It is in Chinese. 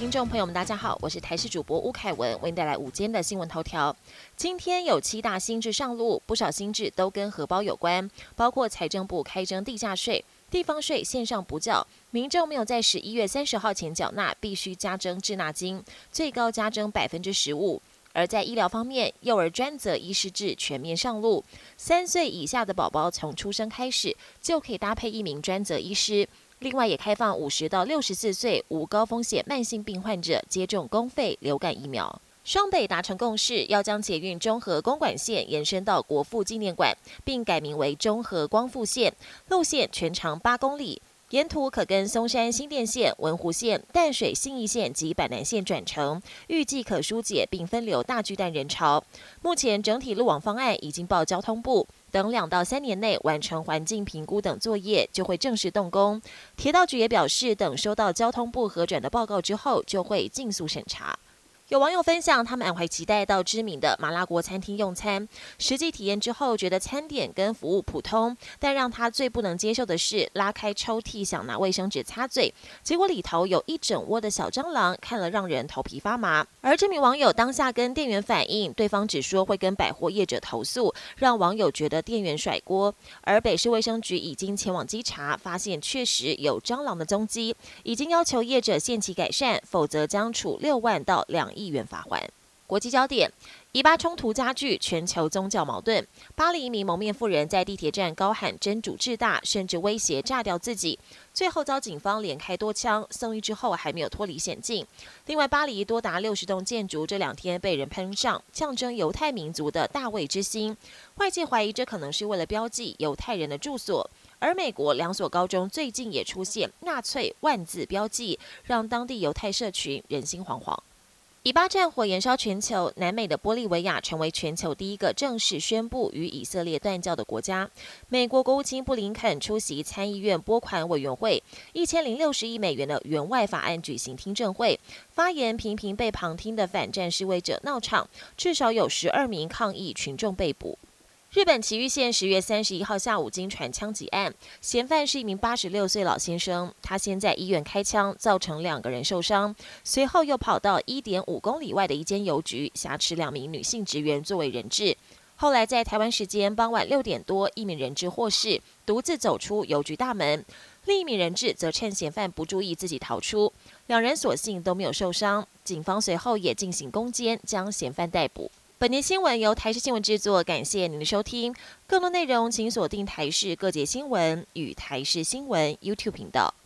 听众朋友们，大家好，我是台视主播吴凯文，为您带来午间的新闻头条。今天有7大新制上路，不少新制都跟荷包有关，包括财政部开征地价税、地方税线上补缴，民众没有在11月30号前缴纳，必须加征滞纳金，最高加征15%。而在医疗方面，幼儿专责医师制全面上路，3岁以下的宝宝从出生开始就可以搭配1名专责医师。另外，也开放50到64岁无高风险慢性病患者接种公费流感疫苗。双北达成共识，要将捷运中和公馆线延伸到国父纪念馆，并改名为中和光复线，路线全长8公里。沿途可跟松山新店线、文湖线、淡水信义线及板南线转乘，预计可疏解并分流大巨蛋人潮。目前整体路网方案已经报交通部，等2到3年内完成环境评估等作业，就会正式动工。铁道局也表示，等收到交通部核转的报告之后，就会尽速审查。有网友分享，他们满怀期待到知名的麻辣锅餐厅用餐，实际体验之后觉得餐点跟服务普通，但让他最不能接受的是，拉开抽屉想拿卫生纸擦嘴，结果里头有一整窝的小蟑螂，看了让人头皮发麻。而这名网友当下跟店员反映，对方只说会跟百货业者投诉，让网友觉得店员甩锅。而北市卫生局已经前往稽查，发现确实有蟑螂的踪迹，已经要求业者限期改善，否则将处6万到2亿元罚款。国际焦点：以巴冲突加剧，全球宗教矛盾。巴黎一名蒙面妇人在地铁站高喊真主至大，甚至威胁炸掉自己，最后遭警方连开多枪，送医之后还没有脱离险境。另外，巴黎多达60栋建筑这2天被人喷上象征犹太民族的大卫之星，外界怀疑这可能是为了标记犹太人的住所。而美国2所高中最近也出现纳粹万字标记，让当地犹太社群人心惶惶。以巴战火延烧全球，南美的玻利维亚成为全球第一个正式宣布与以色列断交的国家。美国国务卿布林肯出席参议院拨款委员会1060亿美元的援外法案举行听证会，发言频频被旁听的反战示威者闹场，至少有12名抗议群众被捕。日本埼玉县10月31号下午惊传枪击案，嫌犯是一名86岁老先生，他先在医院开枪，造成2个人受伤，随后又跑到1.5公里外的一间邮局，挟持2名女性职员作为人质。后来在台湾时间傍晚6点多，一名人质获释，独自走出邮局大门，另一名人质则趁嫌犯不注意自己逃出，2人所幸都没有受伤。警方随后也进行攻坚，将嫌犯逮捕。本节新闻由台视新闻制作，感谢您的收听。更多内容请锁定台视各节新闻与台视新闻 YouTube 频道。